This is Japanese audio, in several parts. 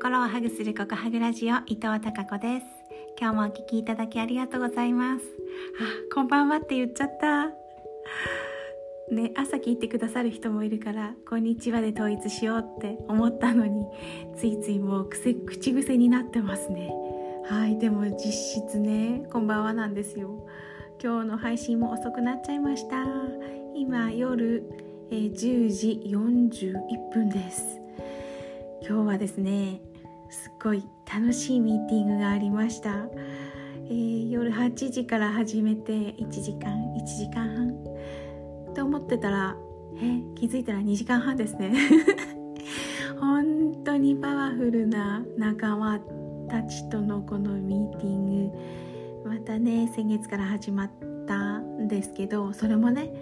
心をハグするココハグラジオ、伊藤孝子です。今日もお聞きいただきありがとうございます。こんばんはって言っちゃったね。朝聞いてくださる人もいるからこんにちはで統一しようって思ったのに、ついついもう口癖になってますね。でも実質ね、こんばんはなんですよ。今日の配信も遅くなっちゃいました。今夜、10時41分です。今日はですね、すっごい楽しいミーティングがありました。夜8時から始めて1時間半と思ってたら、気づいたら2時間半ですね。本当にパワフルな仲間たちとのこのミーティング、またね、先月から始まったんですけど、それもね、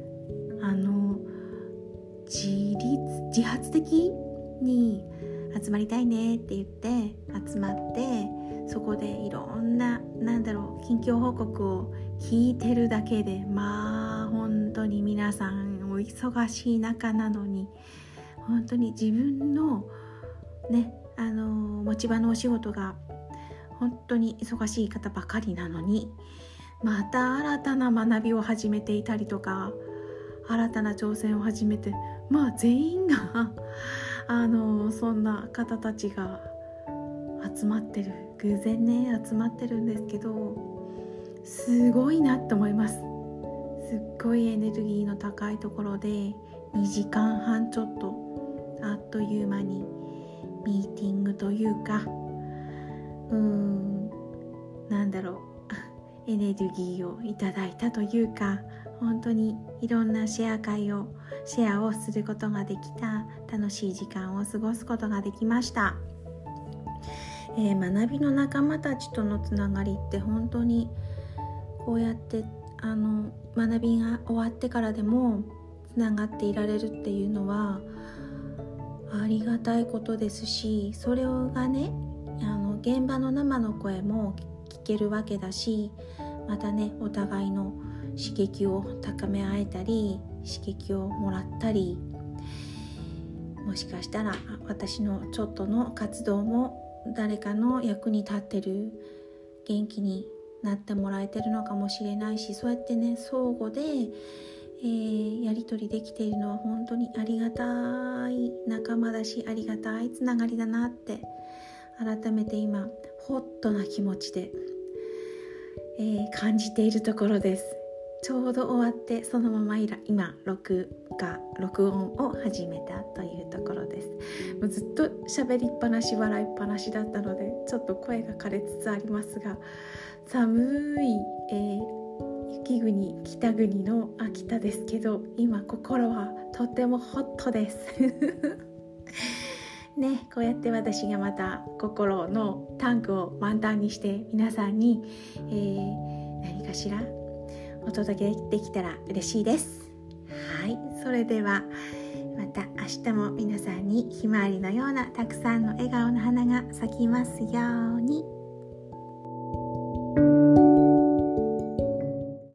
自発的に集まりたいねって言って集まって、そこでいろんな近況報告を聞いてるだけで、本当に皆さんお忙しい中なのに、本当に自分のね、持ち場のお仕事が本当に忙しい方ばかりなのに、また新たな学びを始めていたりとか、新たな挑戦を始めて、全員がそんな方たちが集まってる、偶然ね集まってるんですけど、すごいなと思います。すっごいエネルギーの高いところで2時間半ちょっと、あっという間にミーティングというか、エネルギーをいただいたというか、本当にいろんなシェアをすることができた楽しい時間を過ごすことができました。学びの仲間たちとのつながりって本当にこうやって学びが終わってからでもつながっていられるっていうのはありがたいことですし、それがね、現場の生の声も聞けるわけだし、またね、お互いの刺激を高め合えたり、刺激をもらったり、もしかしたら私のちょっとの活動も誰かの役に立ってる、元気になってもらえてるのかもしれないし、そうやってね、相互で、やり取りできているのは本当にありがたい仲間だし、ありがたいつながりだなって改めて今ホットな気持ちで、感じているところです。ちょうど終わってそのまま今録音を始めたというところです。もうずっと喋りっぱなし笑いっぱなしだったので、ちょっと声が枯れつつありますが、寒い、雪国北国の秋田ですけど、今心はとてもホットですね。こうやって私がまた心のタンクを満タンにして皆さんに、何かしらお届けできたら嬉しいです。それではまた明日も皆さんにひまわりのようなたくさんの笑顔の花が咲きますように。